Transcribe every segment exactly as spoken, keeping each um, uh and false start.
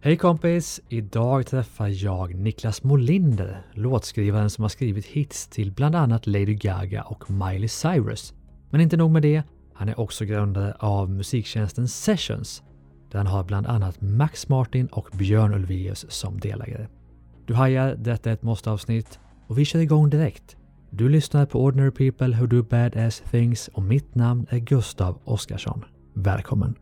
Hej kompis! Idag träffar jag Niklas Molinder, låtskrivaren som har skrivit hits till bland annat Lady Gaga och Miley Cyrus. Men inte nog med det, han är också grundare av musiktjänsten Sessions, där han har bland annat Max Martin och Björn Ulvaeus som delägare. Du hajar, detta är ett måste-avsnitt och vi kör igång direkt. Du lyssnar på Ordinary People Who Do Badass Things och mitt namn är Gustav Oskarsson. Välkommen!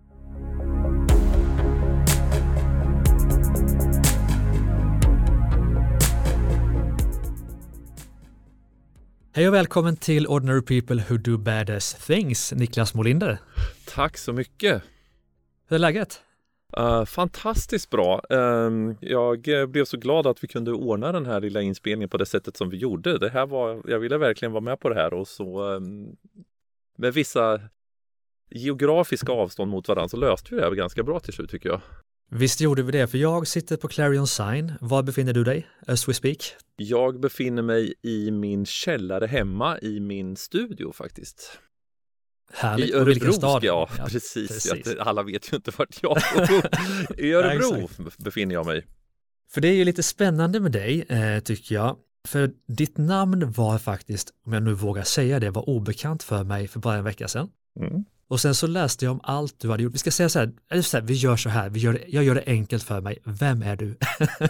Hej och välkommen till Ordinary People Who Do Badass Things, Niklas Molinder. Tack så mycket. Hur är läget? Uh, fantastiskt bra. Uh, jag blev så glad att vi kunde ordna den här lilla inspelningen på det sättet som vi gjorde. Det här var, jag ville verkligen vara med på det här och så um, med vissa geografiska avstånd mot varandra så löste vi det här ganska bra till slut tycker jag. Visst gjorde vi det, för jag sitter på Clarion Sign. Var befinner du dig, as we speak? Jag befinner mig i min källare hemma i min studio faktiskt. Härligt. I Örebro, vilken stad? Ja, ja precis. precis. Jag, alla vet ju inte vart jag bor. I Örebro befinner jag mig. För det är ju lite spännande med dig, eh, tycker jag. För ditt namn var faktiskt, om jag nu vågar säga det, var obekant för mig för bara en vecka sedan. Mm. Och sen så läste jag om allt du hade gjort. Vi ska säga så här, eller så här vi gör så här, vi gör, jag gör det enkelt för mig. Vem är du?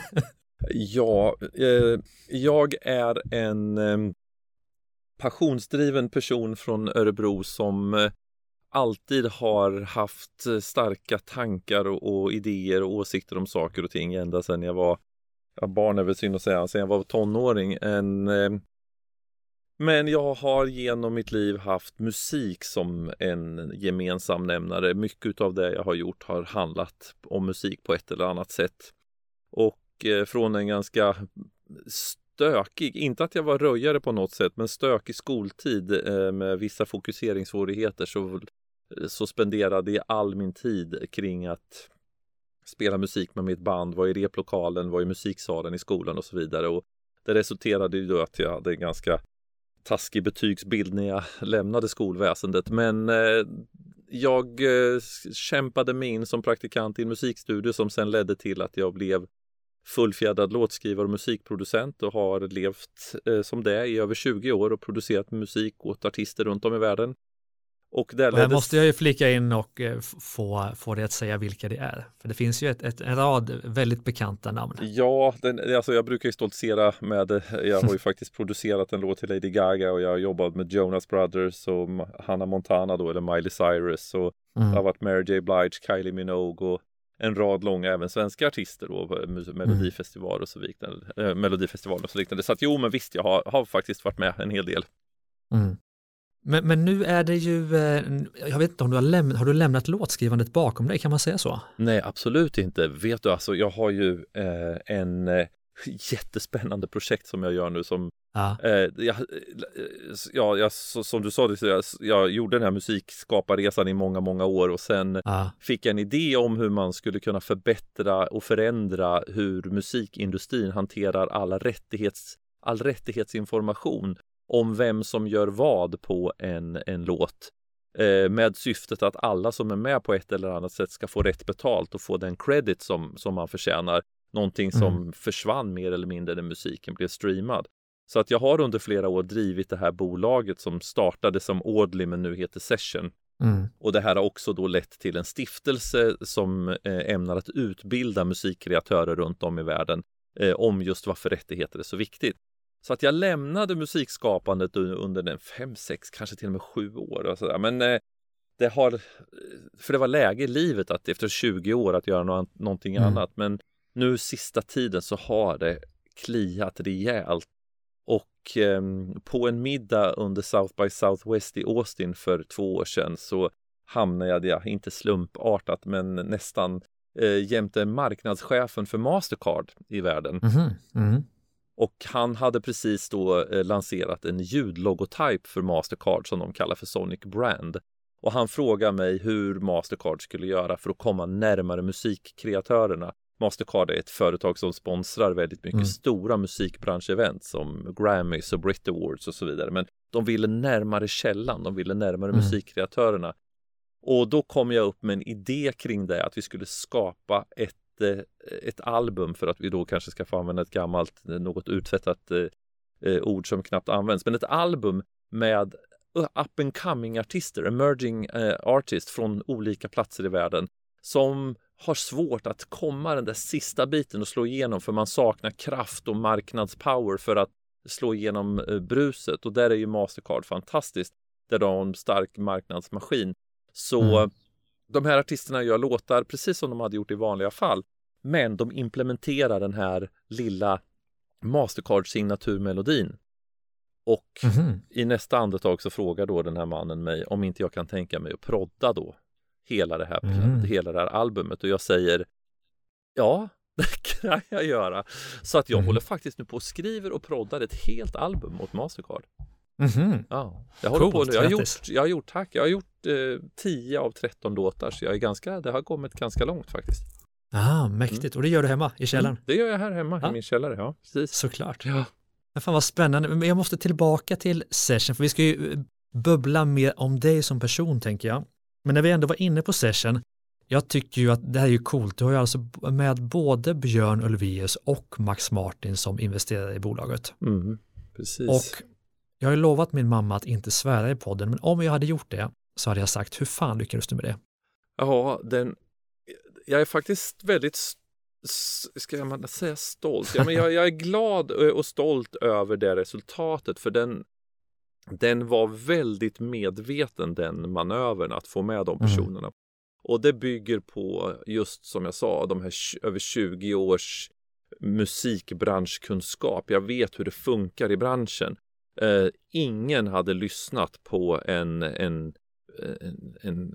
ja, eh, jag är en eh, passionsdriven person från Örebro som eh, alltid har haft starka tankar och, och idéer och åsikter om saker och ting ända sedan jag var ja, barn är väl synd att säga, sedan jag var tonåring. En, eh, men jag har genom mitt liv haft musik som en gemensam nämnare. Mycket av det jag har gjort har handlat om musik på ett eller annat sätt. Och eh, från en ganska stökig, inte att jag var röjare på något sätt, men stökig skoltid eh, med vissa fokuseringssvårigheter så, så spenderade jag all min tid kring att spela musik med mitt band, var i replokalen, var i musiksalen i skolan och så vidare. Och det resulterade ju då att jag hade en ganska taskig betygsbild när jag lämnade skolväsendet. Men eh, jag eh, kämpade mig in som praktikant i en musikstudio som sen ledde till att jag blev fullfjädrad låtskrivare och musikproducent och har levt eh, som det i över tjugo år och producerat musik åt artister runt om i världen. Och där och här måste jag ju flika in och eh, få, få det att säga vilka det är. För det finns ju ett, ett, en rad väldigt bekanta namn. Ja, den, alltså jag brukar ju stoltsera med, jag har ju faktiskt producerat en låt till Lady Gaga och jag har jobbat med Jonas Brothers och Hannah Montana då, eller Miley Cyrus och mm. det har varit Mary J. Blige, Kylie Minogue och en rad långa även svenska artister då, Melodifestival och så liknande, äh, Melodifestival och så liknande. Så att jo, men visst, jag har, har faktiskt varit med en hel del. Mm. Men, men nu är det ju, jag vet inte om du har lämnat, har du lämnat låtskrivandet bakom dig, kan man säga så? Nej, absolut inte. Vet du, alltså jag har ju eh, en eh, jättespännande projekt som jag gör nu som, ja. eh, jag, ja, jag, så, som du sa, jag, jag gjorde den här musikskaparresan i många, många år och sen ja. fick jag en idé om hur man skulle kunna förbättra och förändra hur musikindustrin hanterar alla rättighets, all rättighetsinformation om vem som gör vad på en, en låt eh, med syftet att alla som är med på ett eller annat sätt ska få rätt betalt och få den credit som, som man förtjänar. Någonting som mm. försvann mer eller mindre när musiken blev streamad. Så att jag har under flera år drivit det här bolaget som startade som Audley men nu heter Session. Mm. Och det här har också då lett till en stiftelse som eh, ämnar att utbilda musikkreatörer runt om i världen eh, om just varför rättigheter är så viktigt. Så att jag lämnade musikskapandet under den fem, sex, kanske till och med sju år. Och sådär. Men eh, det har, för det var läge i livet att efter tjugo år att göra no- någonting mm. annat. Men nu sista tiden så har det kliat rejält. Och eh, på en middag under South by Southwest i Austin för två år sedan så hamnade jag, inte slumpartat men nästan eh, jämte marknadschefen för Mastercard i världen. Mm. Mm. Och han hade precis då eh, lanserat en ljudlogotyp för Mastercard som de kallar för Sonic Brand. Och han frågade mig hur Mastercard skulle göra för att komma närmare musikkreatörerna. Mastercard är ett företag som sponsrar väldigt mycket mm. stora musikbranschevent som Grammys och Brit Awards och så vidare. Men de ville närmare källan, de ville närmare mm. musikkreatörerna. Och då kom jag upp med en idé kring det, att vi skulle skapa ett inte ett album, för att vi då kanske ska få använda ett gammalt, något uttvättat eh, ord som knappt används, men ett album med up and coming artister, emerging eh, artists från olika platser i världen som har svårt att komma den där sista biten och slå igenom, för man saknar kraft och marknadspower för att slå igenom eh, bruset, och där är ju Mastercard fantastiskt, där de har en stark marknadsmaskin. Så mm. de här artisterna gör låtar precis som de hade gjort i vanliga fall, men de implementerar den här lilla Mastercard-signaturmelodin. Och mm-hmm. i nästa andetag så frågar då den här mannen mig om inte jag kan tänka mig att prodda då hela det här, mm. hela det här albumet. Och jag säger ja, det kan jag göra. Så att jag mm. håller faktiskt nu på och skriver och proddar ett helt album åt Mastercard. Mm-hmm. Ja, jag håller på nu. Jag har gjort, jag har gjort, tack, jag har gjort eh, tio av tretton låtar, så jag är ganska, det har kommit ganska långt faktiskt. Ah, mäktigt. Mm. Och det gör du hemma i källaren? Mm, det gör jag här hemma ja. i min källare, ja. Precis. Såklart. Ja. Men fan vad spännande. Men jag måste tillbaka till Session, för vi ska ju bubbla mer om dig som person, tänker jag. Men när vi ändå var inne på Session, jag tycker ju att det här är ju coolt. Du har ju alltså med både Björn Ulvaeus och Max Martin som investerare i bolaget. Mm, precis. Och jag har ju lovat min mamma att inte svära i podden, men om jag hade gjort det så hade jag sagt, hur fan lyckades du med det? Ja, den, jag är faktiskt väldigt, ska man säga stolt? Ja, men jag, jag är glad och stolt över det resultatet, för den, den var väldigt medveten, den manövern, att få med de personerna. Mm. Och det bygger på, just som jag sa, de här över tjugo års musikbranschkunskap. Jag vet hur det funkar i branschen. Uh, ingen hade lyssnat på en, en, en, en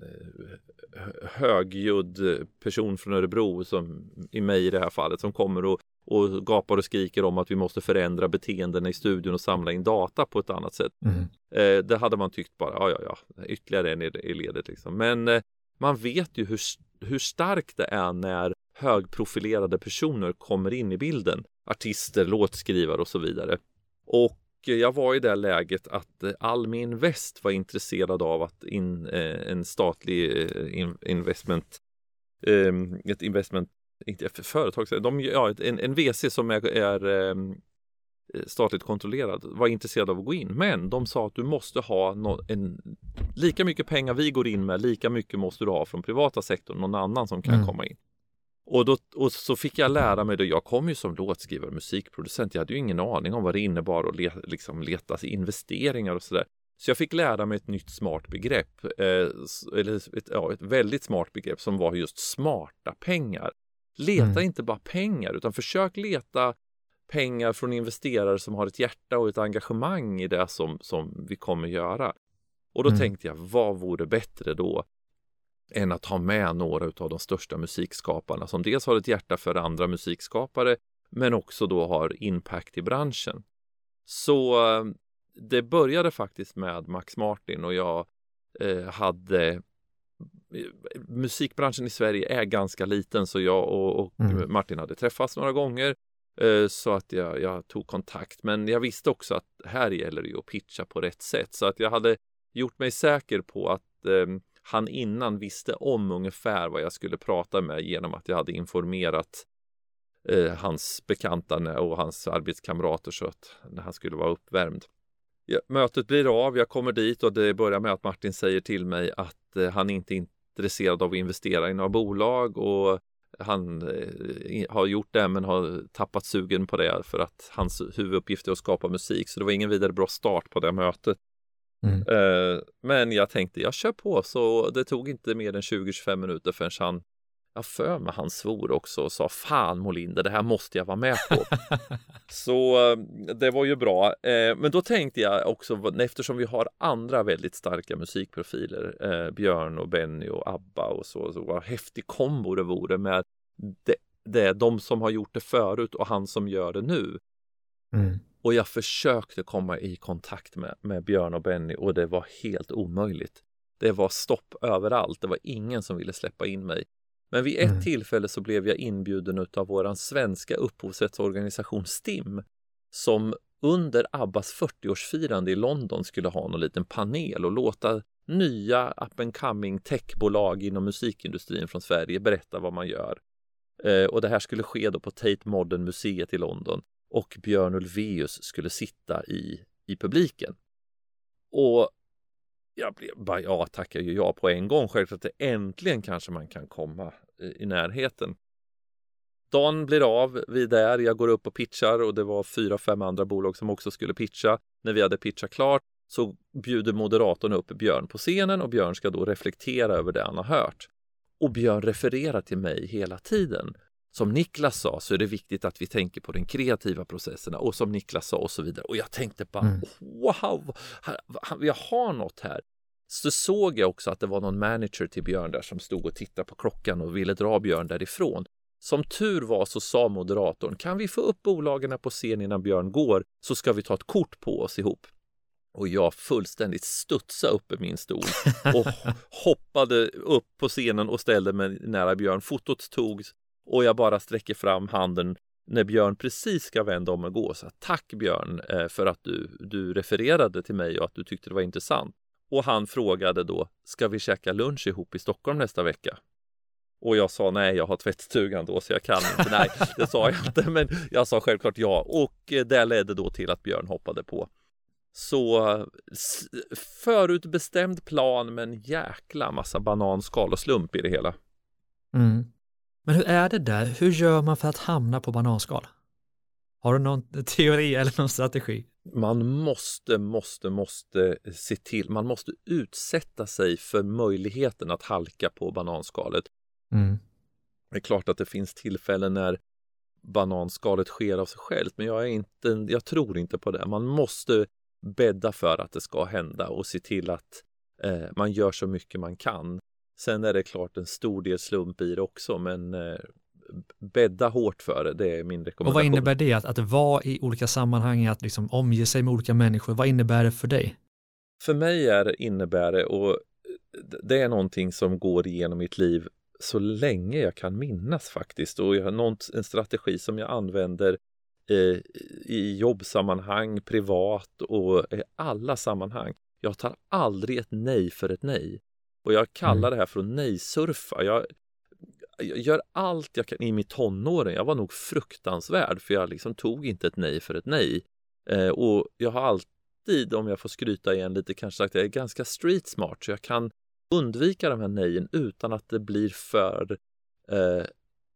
högljudd person från Örebro, som i mig i det här fallet, som kommer och, och gapar och skriker om att vi måste förändra beteenden i studion och samla in data på ett annat sätt. Mm. Uh, det hade man tyckt bara, ja ja ja, ytterligare en i, i ledet liksom. Men uh, man vet ju hur, hur starkt det är när högprofilerade personer kommer in i bilden. Artister, låtskrivare och så vidare. Och jag var i det läget att Almi Invest var intresserad av att in, eh, en statlig eh, investment, eh, ett investment, inte för företag, de, ja, en, en V C som är, är eh, statligt kontrollerad, var intresserad av att gå in. Men de sa att du måste ha no, en, lika mycket pengar vi går in med, lika mycket måste du ha från privata sektorn, någon annan som kan mm. komma in. Och, då, och så fick jag lära mig då, jag kom ju som låtskrivare, musikproducent, jag hade ju ingen aning om vad det innebar att le, liksom leta investeringar och sådär. Så jag fick lära mig ett nytt smart begrepp, eh, eller ett, ja, ett väldigt smart begrepp som var just smarta pengar. Leta mm. inte bara pengar, utan försök leta pengar från investerare som har ett hjärta och ett engagemang i det som, som vi kommer göra. Och då mm. tänkte jag, vad vore bättre då än att ha med några av de största musikskaparna som dels har ett hjärta för andra musikskapare, men också då har impact i branschen. Så det började faktiskt med Max Martin, och jag eh, hade musikbranschen i Sverige är ganska liten, så jag och, och mm. Martin hade träffats några gånger, eh, så att jag, jag tog kontakt. Men jag visste också att här gäller det ju att pitcha på rätt sätt, så att jag hade gjort mig säker på att eh, han innan visste om ungefär vad jag skulle prata med, genom att jag hade informerat eh, hans bekanta och hans arbetskamrater, så att när han skulle vara uppvärmd. Ja, mötet blir av, jag kommer dit och det börjar med att Martin säger till mig att eh, han inte är intresserad av att investera i några bolag, och han eh, har gjort det men har tappat sugen på det, för att hans huvuduppgift är att skapa musik. Så det var ingen vidare bra start på det mötet. Mm. Uh, men jag tänkte, jag kör på, så det tog inte mer än tjugo till tjugofem minuter förrän han, jag för mig han svor också och sa, fan Molinder, det här måste jag vara med på. Så uh, det var ju bra. Uh, men då tänkte jag också, eftersom vi har andra väldigt starka musikprofiler, uh, Björn och Benny och Abba och så, så vad häftig kombo det vore med det, det, de som har gjort det förut och han som gör det nu. Mm. Och jag försökte komma i kontakt med, med Björn och Benny, och det var helt omöjligt. Det var stopp överallt. Det var ingen som ville släppa in mig. Men vid ett mm. tillfälle så blev jag inbjuden av våran svenska upphovsrättsorganisation S T I M, som under Abbas fyrtioårsfirande i London skulle ha någon liten panel och låta nya up and coming techbolag inom musikindustrin från Sverige berätta vad man gör. Eh, och det här skulle ske då på Tate Modern museet i London. Och Björn Ulvaeus skulle sitta i, i publiken. Och jag blev bara, ja tackar ju jag på en gång. Självklart att det äntligen kanske man kan komma i, i närheten. Dagen blir av, vi är där, jag går upp och pitchar och det var fyra, fem andra bolag som också skulle pitcha. När vi hade pitchat klart så bjuder moderatorn upp Björn på scenen och Björn ska då reflektera över det han har hört. Och Björn refererar till mig hela tiden. Som Niklas sa så är det viktigt att vi tänker på den kreativa processerna och som Niklas sa och så vidare. Och jag tänkte bara, mm. wow, jag har något här. Så såg jag också att det var någon manager till Björn där som stod och tittade på klockan och ville dra Björn därifrån. Som tur var så sa moderatorn, kan vi få upp bolagen på scen innan Björn går så ska vi ta ett kort på oss ihop. Och jag fullständigt studsade upp i min stol och hoppade upp på scenen och ställde mig nära Björn. Fotot togs och jag bara sträcker fram handen när Björn precis ska vända om och gå. Så tack Björn för att du, du refererade till mig och att du tyckte det var intressant. Och han frågade då, ska vi käka lunch ihop i Stockholm nästa vecka? Och jag sa nej, jag har tvättstugan då så jag kan inte. Nej, det sa jag inte, men jag sa självklart ja. Och det ledde då till att Björn hoppade på. Så förutbestämd plan men jäkla massa bananskal och slump i det hela. Mm. Men hur är det där? Hur gör man för att hamna på bananskal? Har du någon teori eller någon strategi? Man måste, måste, måste se till. Man måste utsätta sig för möjligheten att halka på bananskalet. Mm. Det är klart att det finns tillfällen när bananskalet sker av sig självt. Men jag, är inte, jag tror inte på det. Man måste bädda för att det ska hända och se till att eh, man gör så mycket man kan. Sen är det klart en stor del slump i det också, men eh, bädda hårt för det, det är min rekommendation. Och vad innebär det att, att vara i olika sammanhang, att liksom omge sig med olika människor, vad innebär det för dig? För mig är, innebär det, och det är någonting som går igenom mitt liv så länge jag kan minnas faktiskt, och jag har någon, en strategi som jag använder eh, i jobbsammanhang, privat och i alla sammanhang. Jag tar aldrig ett nej för ett nej. Och jag kallar det här för att nej-surfa. Jag, jag gör allt jag kan i mitt tonåren. Jag var nog fruktansvärd för jag liksom tog inte ett nej för ett nej. Eh, och jag har alltid, om jag får skryta igen lite, kanske sagt att jag är ganska street smart. Så jag kan undvika de här nejen utan att det blir för eh,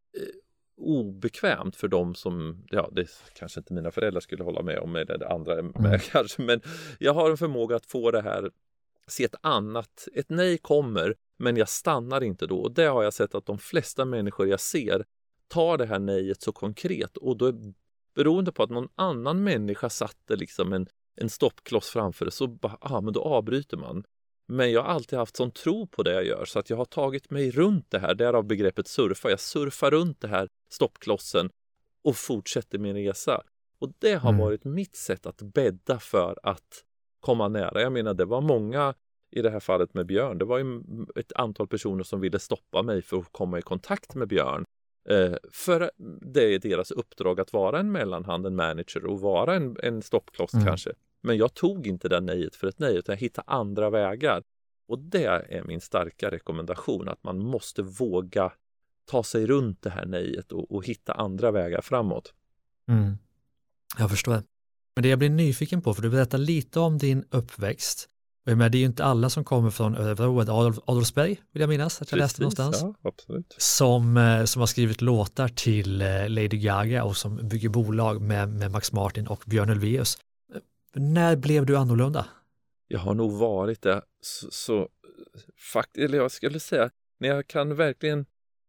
obekvämt för dem som, ja, det kanske inte mina föräldrar skulle hålla med om, eller det andra med mm. kanske. Men jag har en förmåga att få det här, se ett annat, ett nej kommer, men jag stannar inte då. Och det har jag sett att de flesta människor jag ser tar det här nejet så konkret. Och då är beroende på att någon annan människa satte liksom en, en stoppkloss framför det, så bara, ah, men då avbryter man. Men jag har alltid haft sån tro på det jag gör, så att jag har tagit mig runt det här. Därav begreppet surfa. Jag surfar runt det här stoppklossen och fortsätter min resa. Och det har mm. varit mitt sätt att bädda för att komma nära. Jag menar, det var många i det här fallet med Björn. Det var ju ett antal personer som ville stoppa mig för att komma i kontakt med Björn. Eh, för det är deras uppdrag att vara en mellanhand, en manager och vara en, en stoppkloss mm. kanske. Men jag tog inte det nejet för ett nej, utan jag hittade andra vägar. Och det är min starka rekommendation, att man måste våga ta sig runt det här nejet och, och hitta andra vägar framåt. Mm. Jag förstår. Men det jag blir nyfiken på, för du berättar lite om din uppväxt. Men det är ju inte alla som kommer från Örebro, Adolf, Adolfsberg vill jag minnas att jag Precis, läste någonstans. Ja, absolut. Som, som har skrivit låtar till Lady Gaga och som bygger bolag med, med Max Martin och Björn Ulvaeus. När blev du annorlunda? Jag har nog varit det så, så faktiskt, eller jag skulle säga, när jag kan verkligen,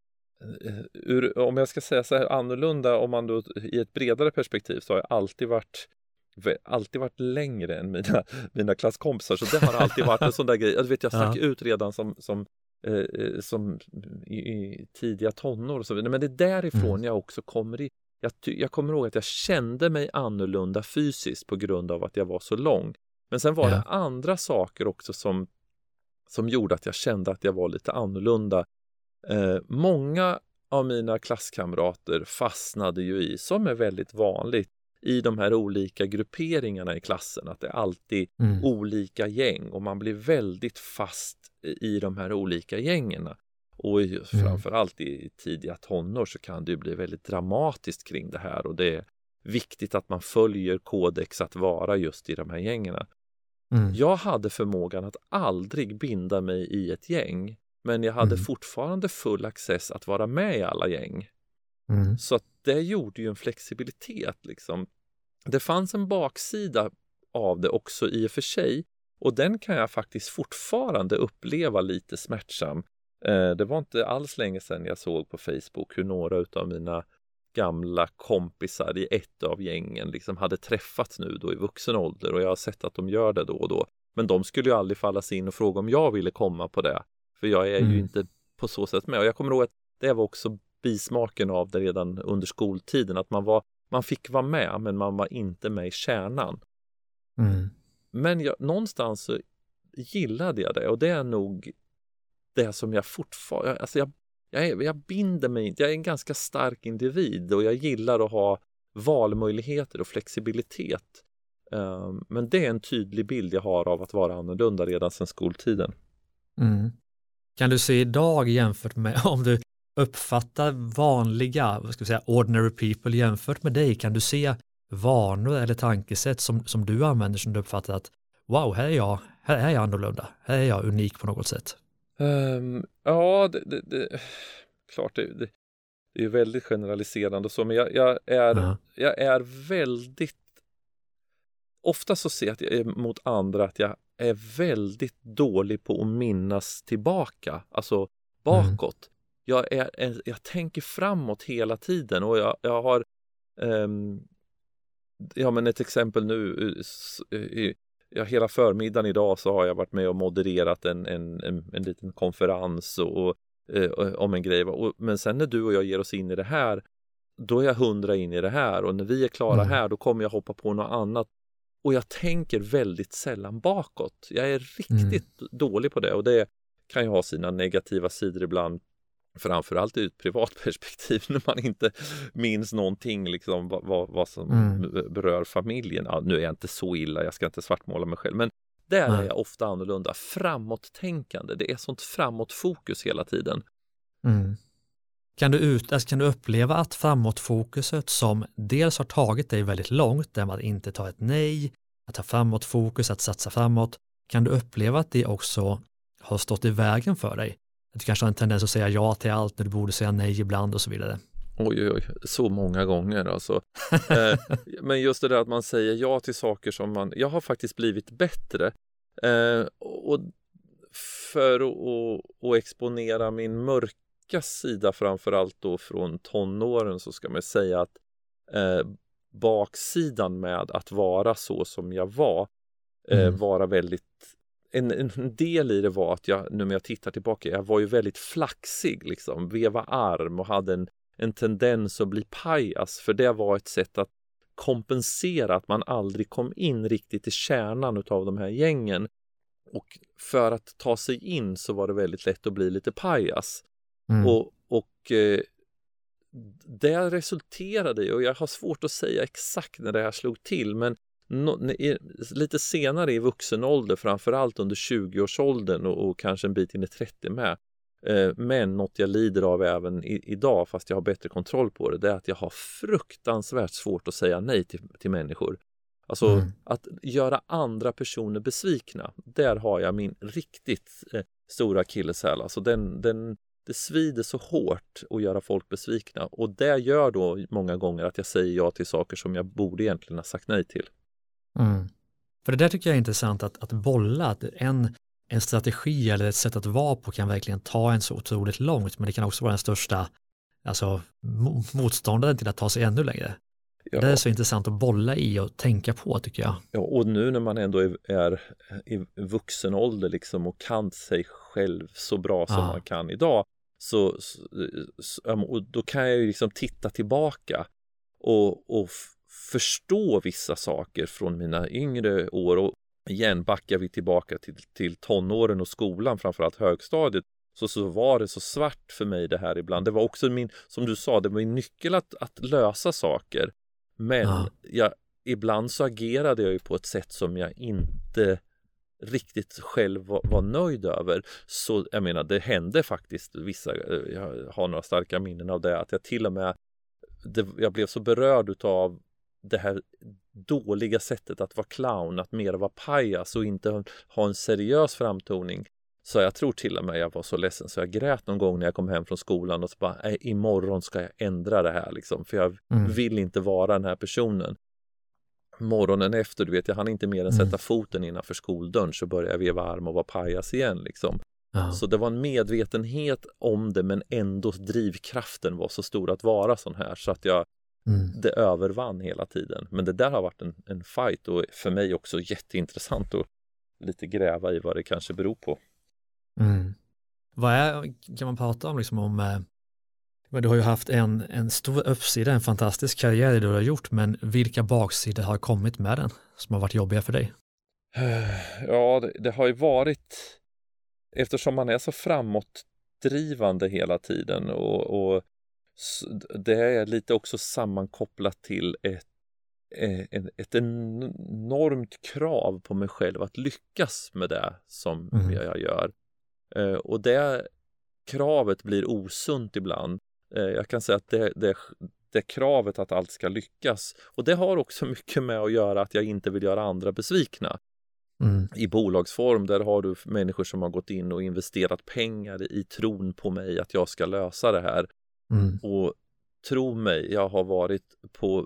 ur, om jag ska säga så här annorlunda, om man då i ett bredare perspektiv, så har jag alltid varit alltid varit längre än mina, mina klasskompisar, så det har alltid varit en sån där grej. Jag vet, jag stack ja. ut redan som, som, eh, som i, i tidiga tonår och så vidare, men det är därifrån mm. jag också kommer i. Jag, jag kommer ihåg att jag kände mig annorlunda fysiskt på grund av att jag var så lång. Men sen var ja. det andra saker också som, som gjorde att jag kände att jag var lite annorlunda. Eh, många av mina klasskamrater fastnade ju i, som är väldigt vanligt, i de här olika grupperingarna i klassen. Att det är alltid mm. olika gäng och man blir väldigt fast i de här olika gängerna. Och Mm. framförallt i tidiga tonår så kan det ju bli väldigt dramatiskt kring det här. Och det är viktigt att man följer kodex att vara just i de här gängerna. Mm. Jag hade förmågan att aldrig binda mig i ett gäng. Men jag hade Mm. fortfarande full access att vara med i alla gäng. Mm. Så att det gjorde ju en flexibilitet liksom. Det fanns en baksida av det också i och för sig. Och den kan jag faktiskt fortfarande uppleva lite smärtsam. Eh, det var inte alls länge sedan jag såg på Facebook hur några av mina gamla kompisar i ett av gängen liksom hade träffats nu då i vuxen ålder. Och jag har sett att de gör det då och då. Men de skulle ju aldrig falla sig in och fråga om jag ville komma på det. För jag är Mm. ju inte på så sätt med. Och jag kommer ihåg att det var också bismaken av det redan under skoltiden. Att man, var, man fick vara med men man var inte med i kärnan. Mm. Men jag, någonstans så gillade jag det. Och det är nog det som jag fortfarande... Alltså jag, jag, är, jag binder mig inte. Jag är en ganska stark individ. Och jag gillar att ha valmöjligheter och flexibilitet. Um, men det är en tydlig bild jag har av att vara annorlunda redan sedan skoltiden. Mm. Kan du se idag jämfört med om du uppfattar vanliga, vad ska vi säga, ordinary people jämfört med dig, kan du se vanor eller tankesätt som, som du använder som du uppfattar att wow, här är jag, här är jag annorlunda, här är jag unik på något sätt? Um, ja, det, det, det, klart det, det, det är väldigt generaliserande och så, men jag, jag, är, Uh-huh. jag är väldigt ofta så ser jag att jag är mot andra att jag är väldigt dålig på att minnas tillbaka, alltså bakåt. Mm. Jag, är, jag tänker framåt hela tiden och jag, jag har um, ja men ett exempel nu ja, hela förmiddagen idag så har jag varit med och modererat en, en, en, en liten konferens och, och, eh, om en grej. Och, men sen när du och jag ger oss in i det här, då är jag hundra in i det här. Och när vi är klara mm. här, då kommer jag hoppa på något annat. Och jag tänker väldigt sällan bakåt. Jag är riktigt mm. dålig på det. Och det kan ju ha sina negativa sidor ibland. Framförallt ur ett privat perspektiv när man inte minns någonting liksom, vad, vad, vad som mm. berör familjen. Ja, nu är jag inte så illa, jag ska inte svartmåla mig själv. Men där mm. är jag ofta annorlunda. Framåttänkande, det är sånt framåtfokus hela tiden. Mm. Kan du, ut, alltså kan du uppleva att framåtfokuset som dels har tagit dig väldigt långt, där man inte tar ett nej, att ta framåtfokus, att satsa framåt, kan du uppleva att det också har stått i vägen för dig? Att du kanske har en tendens att säga ja till allt när du borde säga nej ibland och så vidare. Oj, oj, oj. Så många gånger alltså. eh, men just det där att man säger ja till saker som man... Jag har faktiskt blivit bättre. Eh, och för att, att exponera min mörka sida framförallt då från tonåren så ska man säga att eh, baksidan med att vara så som jag var eh, mm. vara väldigt... En, en del i det var att jag, nu när jag tittar tillbaka, jag var ju väldigt flaxig liksom, veva arm och hade en, en tendens att bli pajas, för det var ett sätt att kompensera att man aldrig kom in riktigt i kärnan utav de här gängen. Och för att ta sig in så var det väldigt lätt att bli lite pajas. Mm. Och, och eh, det resulterade i, och jag har svårt att säga exakt när det här slog till, men No, lite senare i vuxen ålder, framförallt under tjugoårsåldern och, och kanske en bit in i trettio med. Eh, men något jag lider av även i, idag, fast jag har bättre kontroll på det, det är att jag har fruktansvärt svårt att säga nej till, till människor. Alltså mm. att göra andra personer besvikna. Där har jag min riktigt eh, stora akilleshäl. Alltså den, den, det svider så hårt att göra folk besvikna. Och det gör då många gånger att jag säger ja till saker som jag borde egentligen ha sagt nej till. Mm. För det där tycker jag är intressant att, att bolla, att en, en strategi eller ett sätt att vara på kan verkligen ta en så otroligt långt, men det kan också vara den största alltså, motståndaren till att ta sig ännu längre. Ja. Det är så intressant att bolla i och tänka på, tycker jag. Ja, och nu när man ändå är, är i vuxen ålder liksom och kan sig själv så bra som ja. man kan idag, så, så, så och då kan jag ju liksom titta tillbaka och, och förstå vissa saker från mina yngre år, och igen backar vi tillbaka till, till tonåren och skolan, framförallt högstadiet, så, så var det så svart för mig det här ibland. Det var också min, som du sa, det var min nyckel att, att lösa saker, men ja. jag, ibland så agerade jag ju på ett sätt som jag inte riktigt själv var, var nöjd över. Så jag menar, det hände faktiskt vissa, jag har några starka minnen av det, att jag till och med det, jag blev så berörd utav det här dåliga sättet att vara clown, att mer vara pajas och inte ha en seriös framtoning. Så jag tror till och med jag var så ledsen så jag grät någon gång när jag kom hem från skolan och så bara, nej, imorgon ska jag ändra det här liksom, för jag mm. vill inte vara den här personen. Morgonen efter, du vet, jag hann inte mer än sätta mm. foten innanför skoldörren så började jag veva arm och vara pajas igen liksom. Ja. Så det var en medvetenhet om det, men ändå drivkraften var så stor att vara sån här så att jag mm. det övervann hela tiden. Men det där har varit en, en fight och för mig också jätteintressant att lite gräva i vad det kanske beror på. Mm. Vad är, kan man prata om liksom om eh, men du har ju haft en, en stor uppsida, en fantastisk karriär du har gjort, men vilka baksidor har kommit med den som har varit jobbiga för dig? Ja, det, det har ju varit, eftersom man är så framåtdrivande hela tiden och, och det är lite också sammankopplat till ett, ett, ett enormt krav på mig själv att lyckas med det som mm. jag gör. Och det kravet blir osunt ibland. Jag kan säga att det, det, det kravet att allt ska lyckas, och det har också mycket med att göra att jag inte vill göra andra besvikna. Mm. I bolagsform, där har du människor som har gått in och investerat pengar i tron på mig att jag ska lösa det här. Mm. Och tro mig, jag har varit på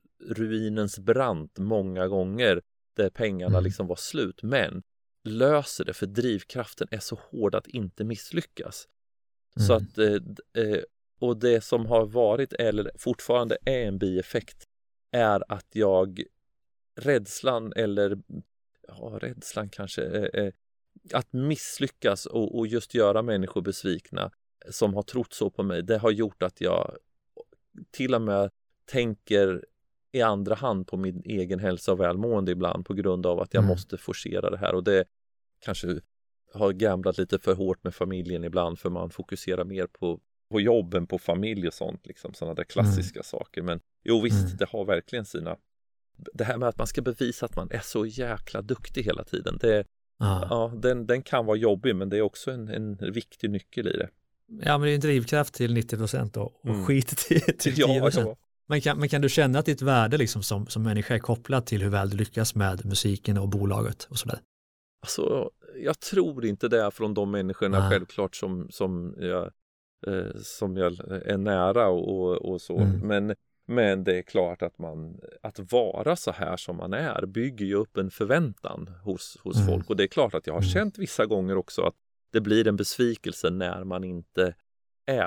ruinens brant många gånger där pengarna mm. liksom var slut, men löser det, för drivkraften är så hård att inte misslyckas. Mm. Så att eh, och det som har varit eller fortfarande är en bieffekt är att jag rädslan eller ja, rädslan kanske eh, att misslyckas och, och just göra människor besvikna som har trott så på mig, det har gjort att jag till och med tänker i andra hand på min egen hälsa och välmående ibland på grund av att jag mm. måste forcera det här, och det kanske har gamblat lite för hårt med familjen ibland, för man fokuserar mer på, på jobben, på familj och sånt liksom, sådana där klassiska mm. saker. Men jo visst, mm. det har verkligen sina, det här med att man ska bevisa att man är så jäkla duktig hela tiden, det, ah. ja, den, den kan vara jobbig, men det är också en, en viktig nyckel i det. Ja, men det är en drivkraft till nittio procent och, och mm. skit till, till tio procent. Ja, ja. Men, kan, men kan du känna att ditt värde liksom som, som människa är kopplat till hur väl du lyckas med musiken och bolaget och sådär? Alltså, jag tror inte det är från de människorna ah. självklart som, som, jag, eh, som jag är nära och, och så. Mm. Men, men det är klart att man, att vara så här som man är bygger ju upp en förväntan hos, hos mm. folk. Och det är klart att jag har mm. känt vissa gånger också att det blir en besvikelse när man inte är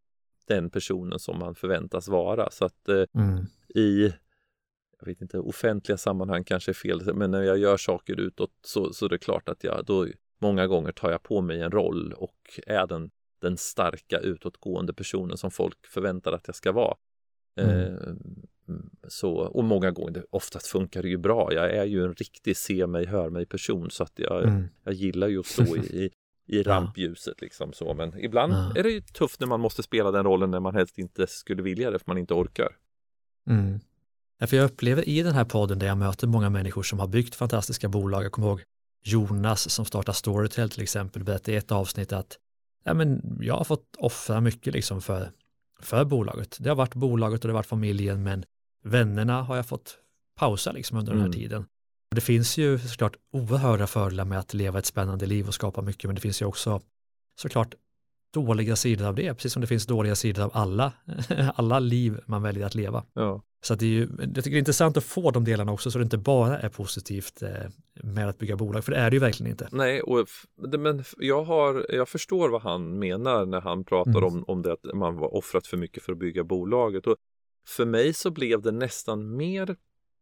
den personen som man förväntas vara. Så att eh, mm. i, jag vet inte, offentliga sammanhang kanske är fel, men när jag gör saker utåt så, så är det klart att jag då många gånger tar jag på mig en roll och är den, den starka utåtgående personen som folk förväntar att jag ska vara. Mm. Eh, så, och många gånger, oftast funkar det ju bra. Jag är ju en riktig se mig, hör mig person, så att jag, mm. jag gillar ju att stå i, i i rampljuset liksom så, men ibland ja. är det ju tufft när man måste spela den rollen när man helst inte skulle vilja det för man inte orkar. Mm. Ja, för jag upplever i den här podden där jag möter många människor som har byggt fantastiska bolag. Jag kommer ihåg Jonas som startar Storytel till exempel, berättade i ett avsnitt att ja, men jag har fått offra mycket liksom för, för bolaget. Det har varit bolaget och det har varit familjen, men vännerna har jag fått pausa liksom under mm. den här tiden. Det finns ju såklart oerhörda fördelar med att leva ett spännande liv och skapa mycket, men det finns ju också såklart dåliga sidor av det, precis som det finns dåliga sidor av alla, alla liv man väljer att leva. Ja. Så att det är ju, jag tycker det är intressant att få de delarna också, så det inte bara är positivt med att bygga bolag, för det är det ju verkligen inte. Nej, och, men jag, har, jag förstår vad han menar när han pratar mm. om, om det att man var offrat för mycket för att bygga bolaget, och för mig så blev det nästan mer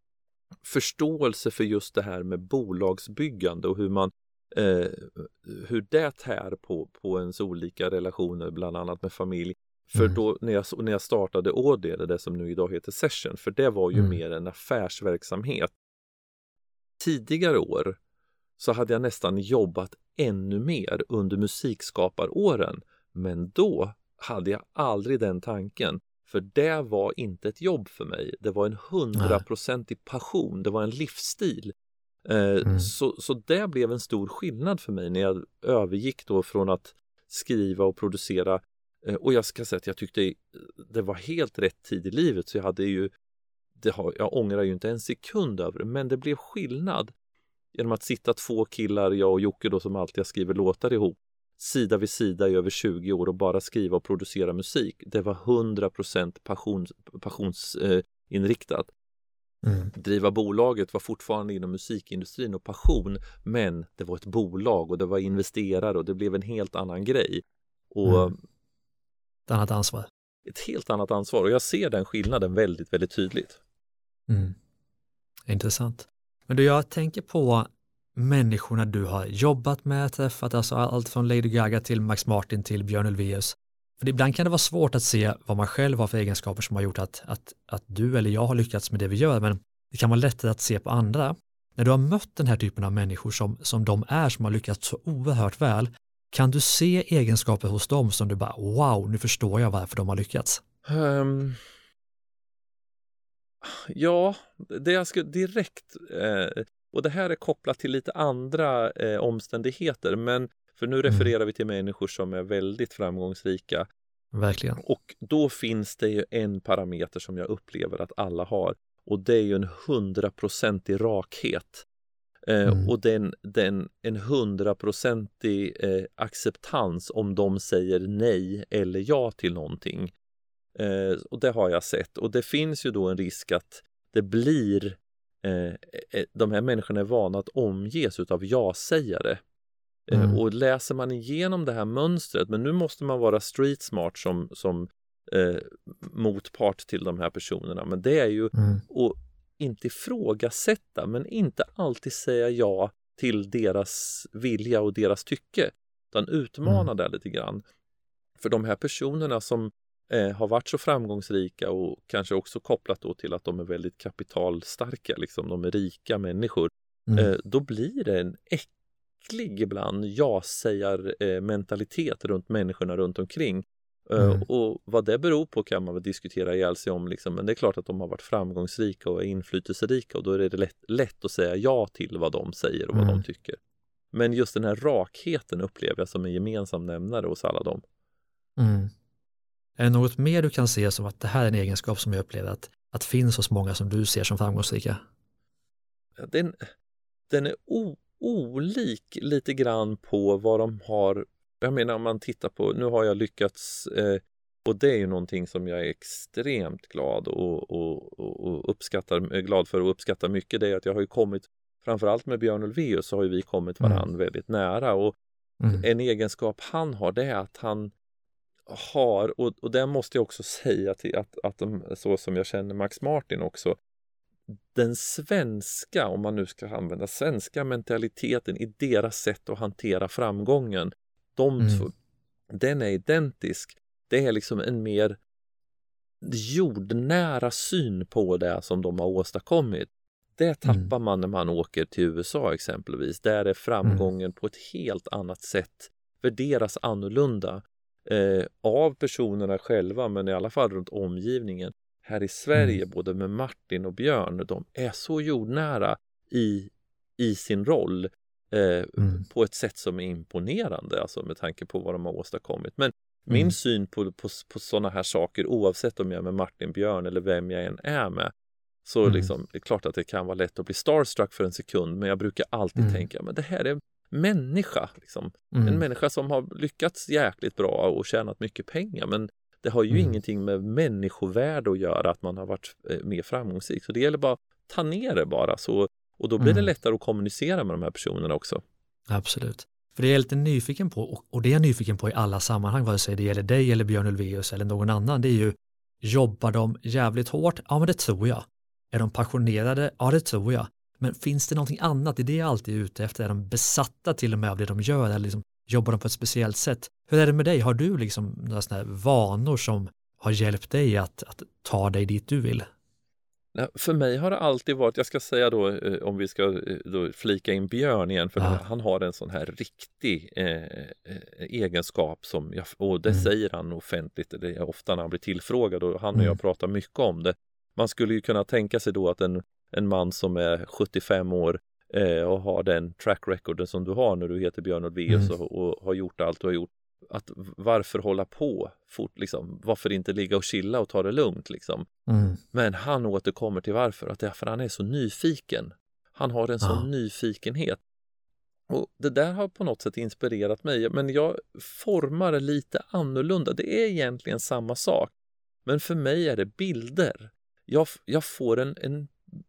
förståelse för just det här med bolagsbyggande och hur man eh, hur det tär på, på ens olika relationer, bland annat med familj. För mm. då när jag, när jag startade Audier, det som nu idag heter Session, för det var ju mm. mer en affärsverksamhet. Tidigare år så hade jag nästan jobbat ännu mer under musikskaparåren, men då hade jag aldrig den tanken. För det var inte ett jobb för mig. Det var en hundraprocentig passion. Det var en livsstil. Mm. Så, så det blev en stor skillnad för mig när jag övergick då från att skriva och producera. Och jag ska säga att jag tyckte det var helt rätt tid i livet, så jag hade ju det har, jag ångrar ju inte en sekund över det, men det blev skillnad genom att sitta två killar, jag och Jocke då, som alltid har skrivit låtar ihop, sida vid sida i över tjugo år och bara skriva och producera musik. Det var hundra procent passion, passionsinriktat. Mm. Driva bolaget var fortfarande inom musikindustrin och passion, men det var ett bolag och det var investerare och det blev en helt annan grej. Och mm. Ett annat ansvar. Ett helt annat ansvar, och jag ser den skillnaden väldigt, väldigt tydligt. Mm. Intressant. Men du, jag tänker på människorna du har jobbat med, träffat, alltså allt från Lady Gaga till Max Martin till Björn Ulvaeus. För ibland kan det vara svårt att se vad man själv har för egenskaper som har gjort att, att, att du eller jag har lyckats med det vi gör, men det kan vara lättare att se på andra. När du har mött den här typen av människor som, som de är, som har lyckats så oerhört väl, kan du se egenskaper hos dem som du bara, wow, nu förstår jag varför de har lyckats? Um, ja, det jag skulle direkt, eh, och det här är kopplat till lite andra eh, omständigheter, men för nu refererar mm. vi till människor som är väldigt framgångsrika. Verkligen. Och då finns det ju en parameter som jag upplever att alla har, och det är ju en hundraprocentig rakhet. Mm. Och den, den, en hundraprocentig eh, acceptans om de säger nej eller ja till någonting. Eh, och det har jag sett. Och det finns ju då en risk att det blir eh, de här människorna är vana att omges av ja-sägare. Mm. Eh, och läser man igenom det här mönstret, men nu måste man vara street smart som, som eh, motpart till de här personerna. Men det är ju mm. och inte ifrågasätta, men inte alltid säga ja till deras vilja och deras tycke, utan utmana mm. det lite grann. För de här personerna som eh, har varit så framgångsrika, och kanske också kopplat då till att de är väldigt kapitalstarka, liksom, de är rika människor, mm. eh, då blir det en äcklig ibland ja-sägar-mentalitet runt människorna runt omkring. Mm. Och vad det beror på kan man väl diskutera ihjäl sig om, liksom. Men det är klart att de har varit framgångsrika och är inflytelserika, och då är det lätt, lätt att säga ja till vad de säger och vad mm. de tycker. Men just den här rakheten upplever jag som en gemensam nämnare hos alla dem. Mm. Är det något mer du kan se som att det här är en egenskap som jag upplever att, att finns hos många som du ser som framgångsrika? Den, den är o, olik lite grann på vad de har. Jag menar, om man tittar på, nu har jag lyckats, eh, och det är ju någonting som jag är extremt glad och, och, och uppskattar, glad för och uppskattar mycket, det är att jag har ju kommit, framförallt med Björn Ulvaeus så har ju vi kommit varandra mm. väldigt nära, och mm. en egenskap han har, det är att han har, och, och det måste jag också säga till att, att de, så som jag känner Max Martin också, den svenska, om man nu ska använda svenska mentaliteten i deras sätt att hantera framgången. De mm. två, den är identisk. Det är liksom en mer jordnära syn på det som de har åstadkommit. Det tappar mm. man när man åker till U S A exempelvis. Där är framgången mm. på ett helt annat sätt värderas annorlunda eh, av personerna själva, men i alla fall runt omgivningen. Här i Sverige, mm. både med Martin och Björn, de är så jordnära i, i sin roll. Eh, mm. på ett sätt som är imponerande, alltså med tanke på vad de har åstadkommit. Men mm. min syn på, på, på sådana här saker, oavsett om jag är med Martin, Björn eller vem jag än är med, så mm. liksom, det är klart att det kan vara lätt att bli starstruck för en sekund, men jag brukar alltid mm. tänka, men det här är människa liksom. Mm. En människa som har lyckats jäkligt bra och tjänat mycket pengar, men det har ju mm. ingenting med människovärde att göra att man har varit eh, mer framgångsrik. Så det gäller bara att ta ner det bara, så. Och då blir mm. det lättare att kommunicera med de här personerna också. Absolut. För det är jag lite nyfiken på, och, och det är jag nyfiken på i alla sammanhang, vare sig det gäller dig eller Björn Ulvaeus eller någon annan, det är ju, jobbar de jävligt hårt? Ja, men det tror jag. Är de passionerade? Ja, det tror jag. Men finns det någonting annat? Det är det jag alltid är ute efter. Är de besatta till och med av det de gör, eller liksom, jobbar de på ett speciellt sätt? Hur är det med dig? Har du liksom några sådana här vanor som har hjälpt dig att, att ta dig dit du vill? För mig har det alltid varit, jag ska säga då, om vi ska då flika in Björn igen, för ja. han har en sån här riktig eh, egenskap som jag, och det mm. säger han offentligt, det är ofta när han blir tillfrågad, och han och mm. jag pratar mycket om det. Man skulle ju kunna tänka sig då att en, en man som är sjuttiofem år eh, och har den track recorden som du har när du heter Björn Ulvaeus mm. och, och har gjort allt du har gjort. Att varför hålla på fort liksom? Varför inte ligga och chilla och ta det lugnt liksom? Mm. Men han återkommer till varför. Att det är för han är så nyfiken. Han har en sån ja. nyfikenhet. Och det där har på något sätt inspirerat mig. Men jag formar det lite annorlunda. Det är egentligen samma sak. Men för mig är det bilder. Jag, jag får en, en,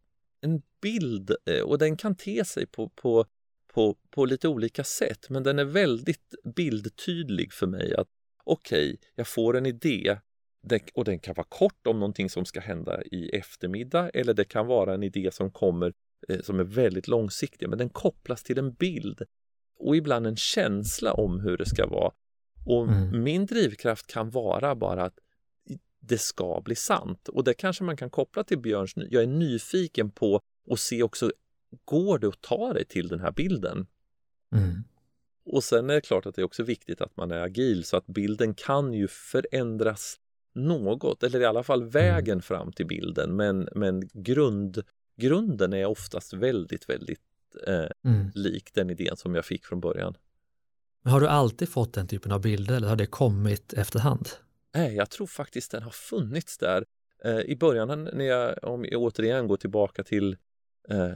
en bild och den kan te sig på, på, på, på lite olika sätt. Men den är väldigt bildtydlig för mig. Att okej, okay, jag får en idé. Och den kan vara kort om någonting som ska hända i eftermiddag. Eller det kan vara en idé som kommer som är väldigt långsiktig, men den kopplas till en bild och ibland en känsla om hur det ska vara. Och mm. min drivkraft kan vara bara att det ska bli sant. Och det kanske man kan koppla till Björns. Jag är nyfiken på att se också, går det att ta dig till den här bilden? Mm. Och sen är det klart att det är också viktigt att man är agil så att bilden kan ju förändras något, eller i alla fall vägen mm. fram till bilden, men, men grund Grunden är oftast väldigt, väldigt eh, mm. lik den idén som jag fick från början. Men har du alltid fått den typen av bilder eller har det kommit efterhand? Nej, jag tror faktiskt den har funnits där. Eh, I början när jag, om jag återigen går tillbaka till, eh,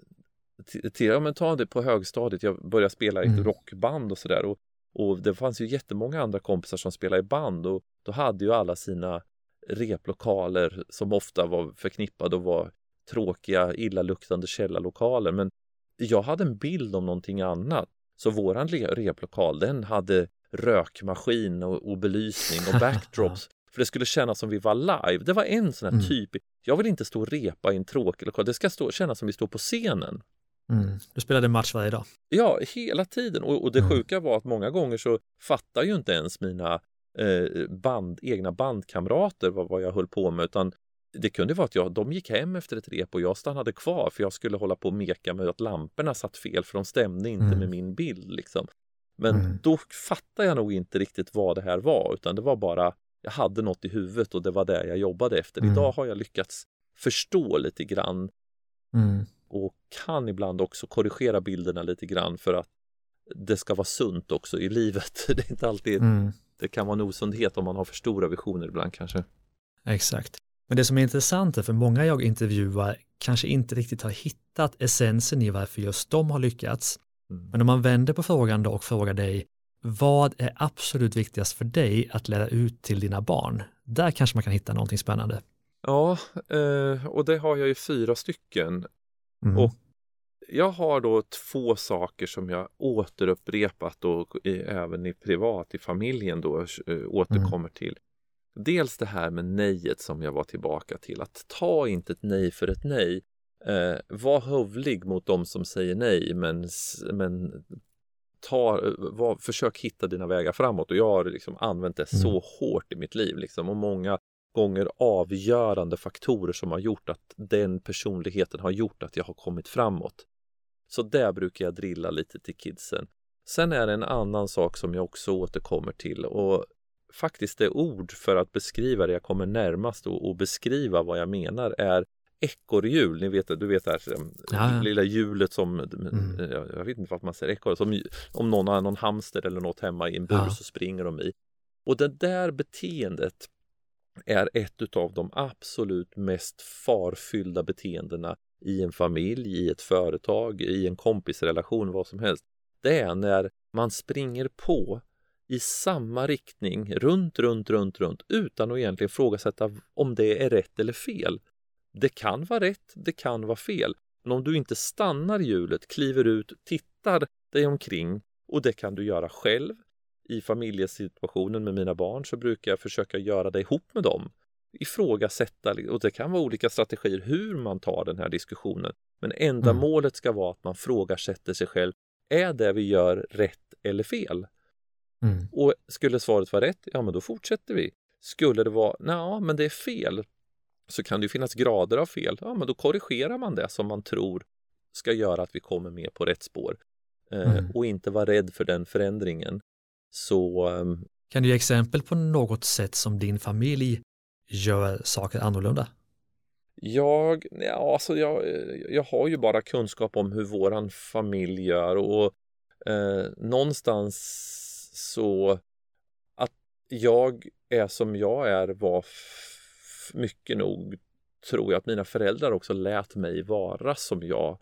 till, till ja, men ta det på högstadiet, jag började spela i ett mm. rockband och sådär. Och, och det fanns ju jättemånga andra kompisar som spelade i band och då hade ju alla sina replokaler som ofta var förknippade och var tråkiga, illaluktande källarlokaler, men jag hade en bild om någonting annat. Så våran replokal, den hade rökmaskin och, och belysning och backdrops, för det skulle kännas som vi var live. Det var en sån här mm. typ, jag vill inte stå och repa i en tråkig lokal, det ska stå, kännas som vi står på scenen. Mm. Du spelade match varje dag? Ja, hela tiden, och, och det mm. sjuka var att många gånger så fattar ju inte ens mina eh, band, egna bandkamrater vad, vad jag höll på med, utan det kunde vara att jag, de gick hem efter ett rep och jag stannade kvar för jag skulle hålla på och meka med att lamporna satt fel för de stämde inte mm. med min bild liksom. Men mm. då fattade jag nog inte riktigt vad det här var, utan det var bara, jag hade något i huvudet och det var det jag jobbade efter. Mm. Idag har jag lyckats förstå lite grann mm. och kan ibland också korrigera bilderna lite grann för att det ska vara sunt också i livet. Det är inte alltid, mm. det kan vara en osundhet om man har för stora visioner ibland kanske. Exakt. Men det som är intressant är för många jag intervjuar kanske inte riktigt har hittat essensen i varför just de har lyckats. Mm. Men om man vänder på frågan då och frågar dig, vad är absolut viktigast för dig att lära ut till dina barn? Där kanske man kan hitta någonting spännande. Ja, och det har jag ju fyra stycken. Mm. Och jag har då två saker som jag återupprepat och även i privat, i familjen då återkommer mm. till. Dels det här med nejet som jag var tillbaka till. Att ta inte ett nej för ett nej. Eh, var hövlig mot dem som säger nej. Men, men ta, var, försök hitta dina vägar framåt. Och jag har liksom använt det mm. så hårt i mitt liv. Liksom, och många gånger avgörande faktorer som har gjort att den personligheten har gjort att jag har kommit framåt. Så där brukar jag drilla lite till kidsen. Sen är det en annan sak som jag också återkommer till. Och faktiskt det ord för att beskriva det jag kommer närmast och, och beskriva vad jag menar är ekorrhjul. Ni vet, du vet det här ja, ja. lilla hjulet som mm. jag, jag vet inte varför man säger ekorre, som om någon har någon hamster eller något hemma i en bur ja. så springer de i. Och det där beteendet är ett av de absolut mest farfyllda beteendena i en familj, i ett företag, i en kompisrelation, vad som helst. Det är när man springer på i samma riktning, runt, runt, runt, runt, utan att egentligen ifrågasätta om det är rätt eller fel. Det kan vara rätt, det kan vara fel. Men om du inte stannar hjulet, kliver ut, tittar dig omkring, och det kan du göra själv. I familjesituationen med mina barn så brukar jag försöka göra det ihop med dem. Ifrågasätta, och det kan vara olika strategier hur man tar den här diskussionen. Men enda mm. målet ska vara att man frågasätter sig själv. Är det vi gör rätt eller fel? Mm. Och skulle svaret vara rätt, ja men då fortsätter vi. Skulle det vara, nej men det är fel, så kan det ju finnas grader av fel. Ja men då korrigerar man det som man tror ska göra att vi kommer med på rätt spår. Mm. Eh, och inte vara rädd för den förändringen. Så, um, kan du ge exempel på något sätt som din familj gör saker annorlunda? Jag, ja, alltså jag, jag har ju bara kunskap om hur våran familj gör och eh, någonstans så att jag är som jag är var f- mycket nog, tror jag, att mina föräldrar också lät mig vara som jag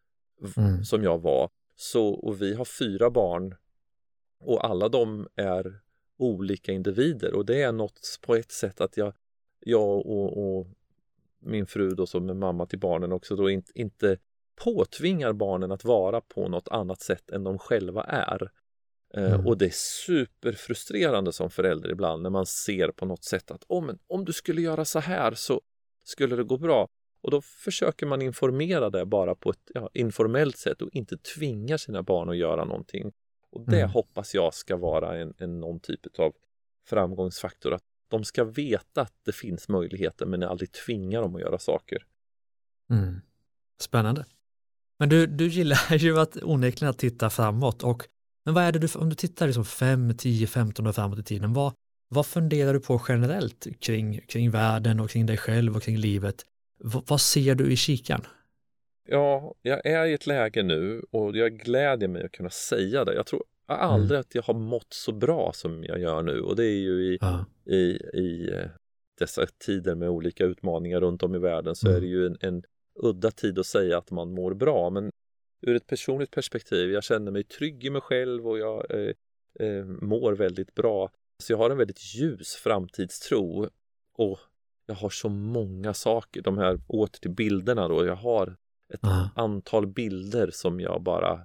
mm. som jag var. Så, och vi har fyra barn och alla de är olika individer och det är något på ett sätt att jag, jag och, och min fru då som är mamma till barnen också då inte, inte påtvingar barnen att vara på något annat sätt än de själva är. Mm. Eh, och det är superfrustrerande som förälder ibland när man ser på något sätt att oh, men om du skulle göra så här så skulle det gå bra. Och då försöker man informera det bara på ett ja, informellt sätt och inte tvinga sina barn att göra någonting. Och det mm. hoppas jag ska vara en, en någon typ av framgångsfaktor. Att de ska veta att det finns möjligheter men aldrig tvinga dem att göra saker. Mm. Spännande. Men du, du gillar ju att onekligen att titta framåt. Och, men vad är det du, om du tittar liksom fem, tio, femton år framåt i tiden, vad, vad funderar du på generellt kring, kring världen och kring dig själv och kring livet? V- vad ser du i kikan? Ja, jag är i ett läge nu och jag glädjer mig att kunna säga det. Jag tror aldrig mm. att jag har mått så bra som jag gör nu och det är ju i, ja. i, i dessa tider med olika utmaningar runt om i världen så mm. är det ju en, en udda tid att säga att man mår bra, men ur ett personligt perspektiv, jag känner mig trygg i mig själv och jag eh, eh, mår väldigt bra. Så jag har en väldigt ljus framtidstro och jag har så många saker, de här åter till bilderna då, jag har ett mm. antal bilder som jag bara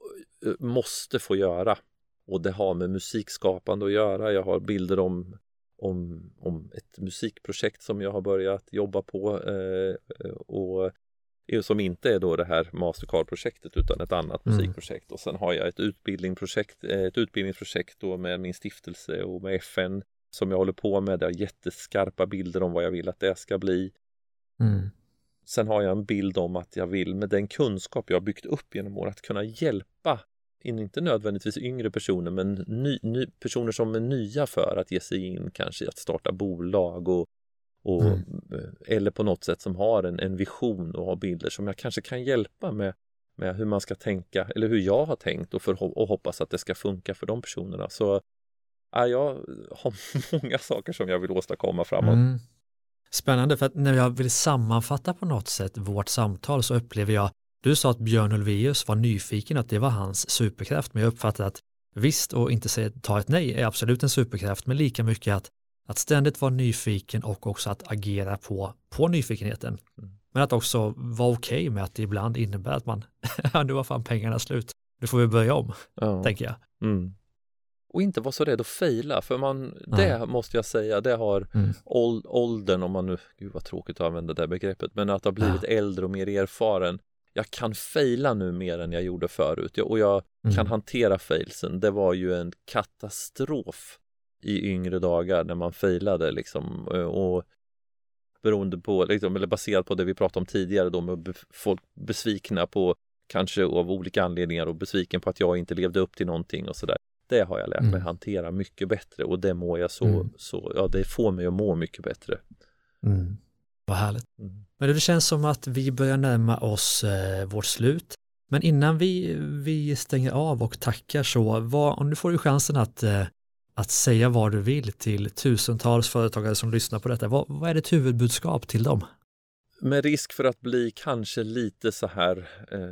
måste få göra och det har med musikskapande att göra. Jag har bilder om, om, om ett musikprojekt som jag har börjat jobba på eh, och som inte är då det här Mastercard-projektet utan ett annat mm. musikprojekt och sen har jag ett utbildningsprojekt, ett utbildningsprojekt då med min stiftelse och med F N som jag håller på med. Det har jätteskarpa bilder om vad jag vill att det ska bli. Mm. Sen har jag en bild om att jag vill med den kunskap jag har byggt upp genom år att kunna hjälpa, inte nödvändigtvis yngre personer, men ny, ny, personer som är nya för att ge sig in kanske i att starta bolag och, och mm. eller på något sätt som har en, en vision och har bilder som jag kanske kan hjälpa med, med hur man ska tänka eller hur jag har tänkt och, för, och hoppas att det ska funka för de personerna. Så ja, jag har många saker som jag vill åstadkomma framåt. Mm. Spännande, för att när jag vill sammanfatta på något sätt vårt samtal så upplever jag, du sa att Björn Ulvaeus var nyfiken, att det var hans superkraft, men jag uppfattar att visst och inte säga ta ett nej är absolut en superkraft, men lika mycket att, att ständigt vara nyfiken och också att agera på, på nyfikenheten. Mm. Men att också vara okej okay med att det ibland innebär att man, nu var fan pengarna slut, nu får vi börja om, ja. tänker jag. Mm. Och inte vara så rädd att fejla, för man, det måste jag säga, det har mm. åldern, om man nu, gud vad tråkigt att använda det begreppet, men att ha blivit ja. äldre och mer erfaren. Jag kan fejla nu mer än jag gjorde förut och jag mm. kan hantera failsen. Det var ju en katastrof i yngre dagar när man failade liksom, och beroende på, liksom, eller baserat på det vi pratade om tidigare då med folk besvikna på kanske av olika anledningar och besviken på att jag inte levde upp till någonting och sådär. Det har jag lärt mig mm. hantera mycket bättre och det mår jag så, mm. så ja, det får mig att må mycket bättre. Mm. Vad härligt. Mm. Men det känns som att vi börjar närma oss eh, vårt slut. Men innan vi, vi stänger av och tackar så, vad, om du får ju chansen att, eh, att säga vad du vill till tusentals företagare som lyssnar på detta. Vad, vad är ditt huvudbudskap till dem? Med risk för att bli kanske lite så här, eh,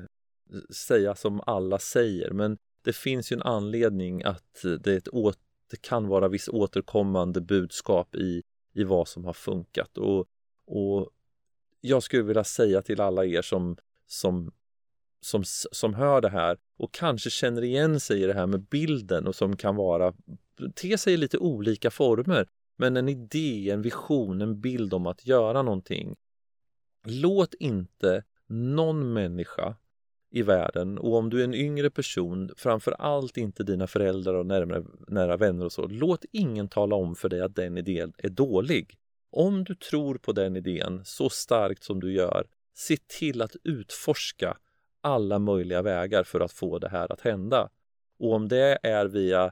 säga som alla säger, men det finns ju en anledning att det, är ett åt, det kan vara viss återkommande budskap i, i vad som har funkat. Och, och jag skulle vilja säga till alla er som, som, som, som hör det här och kanske känner igen sig i det här med bilden och som kan vara, te sig i lite olika former, men en idé, en vision, en bild om att göra någonting. Låt inte någon människa i världen, och om du är en yngre person, framför allt inte dina föräldrar och närmare, nära vänner och så, låt ingen tala om för dig att den idén är dålig. Om du tror på den idén så starkt som du gör, se till att utforska alla möjliga vägar för att få det här att hända. Och om det är via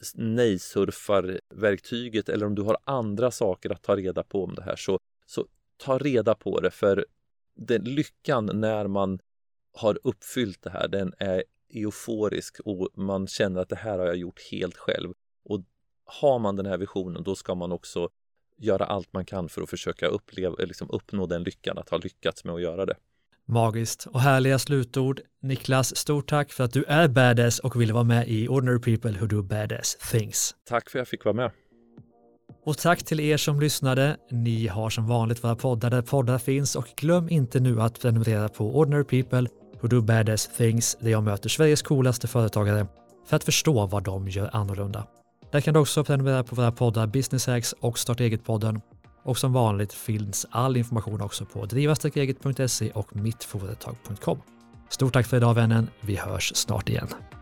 nej-surfarverktyget eller om du har andra saker att ta reda på om det här, så, så ta reda på det, för den lyckan när man har uppfyllt det här, den är euforisk och man känner att det här har jag gjort helt själv. Och har man den här visionen, då ska man också göra allt man kan för att försöka uppleva, liksom uppnå den lyckan, att ha lyckats med att göra det. Magiskt och härliga slutord. Niklas, stort tack för att du är badass och vill vara med i Ordinary People Who Do Badass Things. Tack för att jag fick vara med. Och tack till er som lyssnade. Ni har som vanligt våra poddar där poddar finns, och glöm inte nu att prenumerera på Ordinary People Who Do Badass Things, där jag möter Sveriges coolaste företagare för att förstå vad de gör annorlunda. Där kan du också prenumerera på våra poddar Business Hacks och Starta Eget-podden. Och som vanligt finns all information också på driva eget punkt se och mittföretag punkt com. Stort tack för idag, vännen. Vi hörs snart igen.